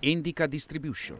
Indica Distribution.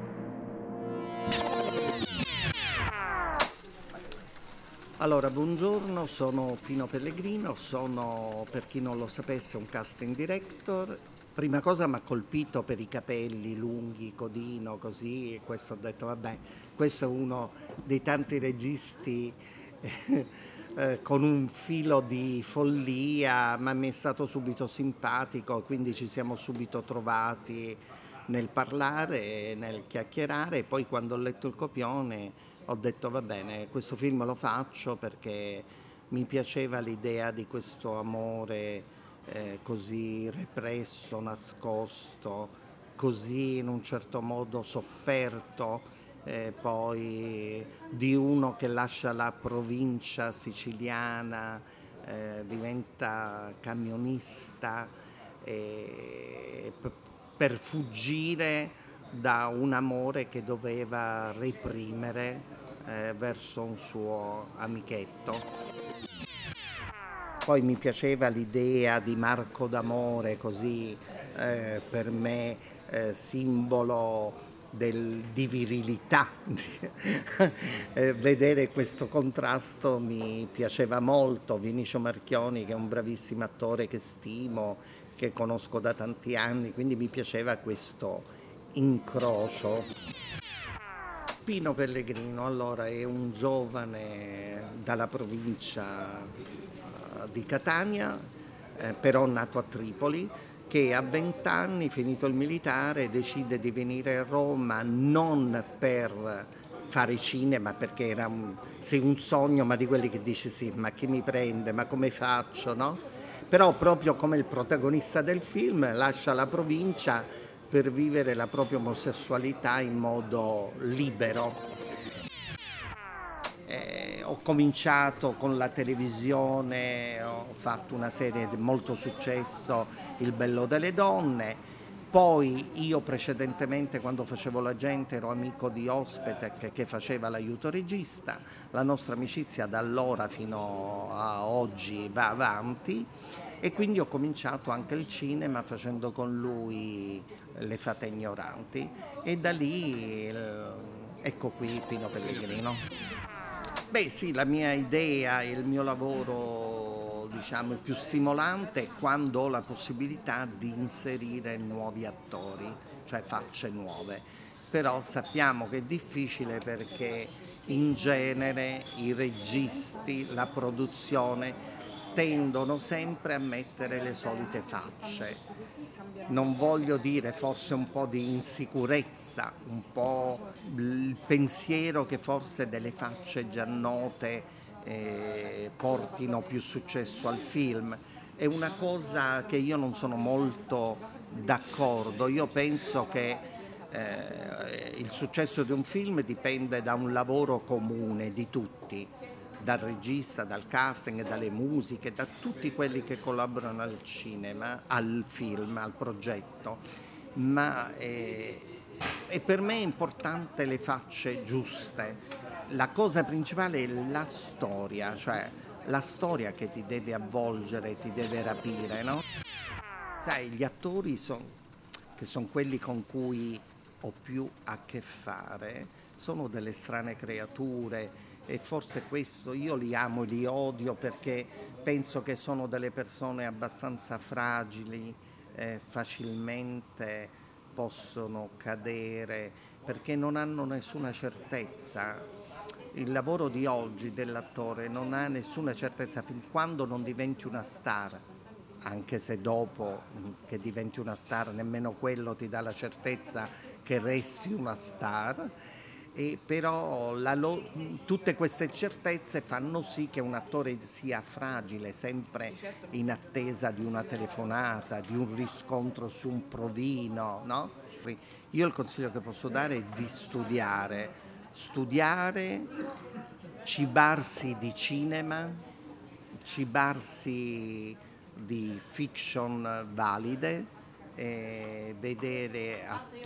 Allora, buongiorno, sono Pino Pellegrino, sono, per chi non lo sapesse, un casting director. Prima cosa mi ha colpito per i capelli lunghi, codino, così, e questo ho detto, vabbè, questo è uno dei tanti registi con un filo di follia, ma mi è stato subito simpatico, quindi ci siamo subito trovati nel parlare, nel chiacchierare, e poi quando ho letto il copione ho detto va bene, questo film lo faccio perché mi piaceva l'idea di questo amore così represso, nascosto, così in un certo modo sofferto, poi di uno che lascia la provincia siciliana, diventa camionista per fuggire da un amore che doveva reprimere verso un suo amichetto. Poi mi piaceva l'idea di Marco d'Amore, così per me simbolo di virilità. Vedere questo contrasto mi piaceva molto. Vinicio Marchioni, che è un bravissimo attore che stimo, che conosco da tanti anni, quindi mi piaceva questo incrocio. Pino Pellegrino, allora, è un giovane dalla provincia di Catania, però nato a Tripoli, che a 20 anni, finito il militare, decide di venire a Roma non per fare cinema, perché era sì, un sogno, ma di quelli che dici sì, ma chi mi prende, ma come faccio, no? Però proprio come il protagonista del film lascia la provincia per vivere la propria omosessualità in modo libero. Ho cominciato con la televisione, ho fatto una serie di molto successo, Il bello delle donne, poi io precedentemente quando facevo l'agente ero amico di Ospetec che faceva l'aiuto regista, la nostra amicizia da allora fino a oggi va avanti e quindi ho cominciato anche il cinema facendo con lui Le fate ignoranti e da lì ecco qui Pino Pellegrino. Beh sì, la mia idea e il mio lavoro, diciamo, il più stimolante è quando ho la possibilità di inserire nuovi attori, cioè facce nuove. Però sappiamo che è difficile perché in genere i registi, la produzione tendono sempre a mettere le solite facce. Non voglio dire forse un po' di insicurezza, un po' il pensiero che forse delle facce già note portino più successo al film. È una cosa che io non sono molto d'accordo. Io penso che il successo di un film dipende da un lavoro comune di tutti, dal regista, dal casting, dalle musiche, da tutti quelli che collaborano al cinema, al film, al progetto. Ma e per me è importante le facce giuste. La cosa principale è la storia, cioè la storia che ti deve avvolgere, ti deve rapire, no? Sai, gli attori che sono quelli con cui ho più a che fare, sono delle strane creature e forse questo io li amo e li odio perché penso che sono delle persone abbastanza fragili, facilmente possono cadere perché non hanno nessuna certezza. Il lavoro di oggi dell'attore non ha nessuna certezza fin quando non diventi una star, anche se dopo che diventi una star nemmeno quello ti dà la certezza che resti una star, e però tutte queste certezze fanno sì che un attore sia fragile, sempre in attesa di una telefonata, di un riscontro su un provino, no? Io il consiglio che posso dare è di studiare, cibarsi di cinema, cibarsi di fiction valide, vedere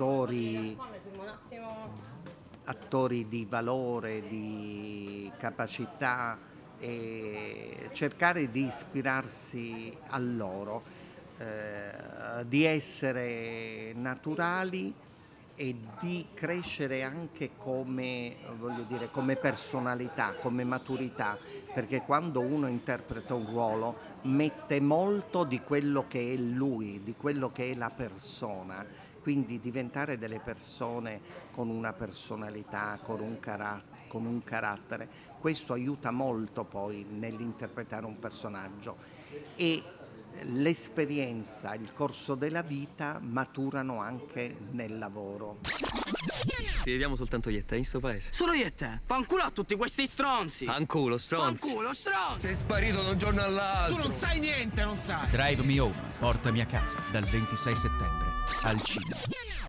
attori di valore, di capacità e cercare di ispirarsi a loro. di essere naturali e di crescere anche come, voglio dire, come personalità, come maturità, perché quando uno interpreta un ruolo mette molto di quello che è lui, di quello che è la persona, quindi diventare delle persone con una personalità, con un carattere, questo aiuta molto poi nell'interpretare un personaggio e l'esperienza, il corso della vita maturano anche nel lavoro. Ci vediamo soltanto io e te in sto paese. Solo io e te? Fanculo a tutti questi stronzi! Fanculo, stronzi. Fanculo, stronzi! Sei sparito da un giorno all'altro. Tu non sai niente, non sai! Drive Me Home, portami a casa, dal 26 settembre al cinema.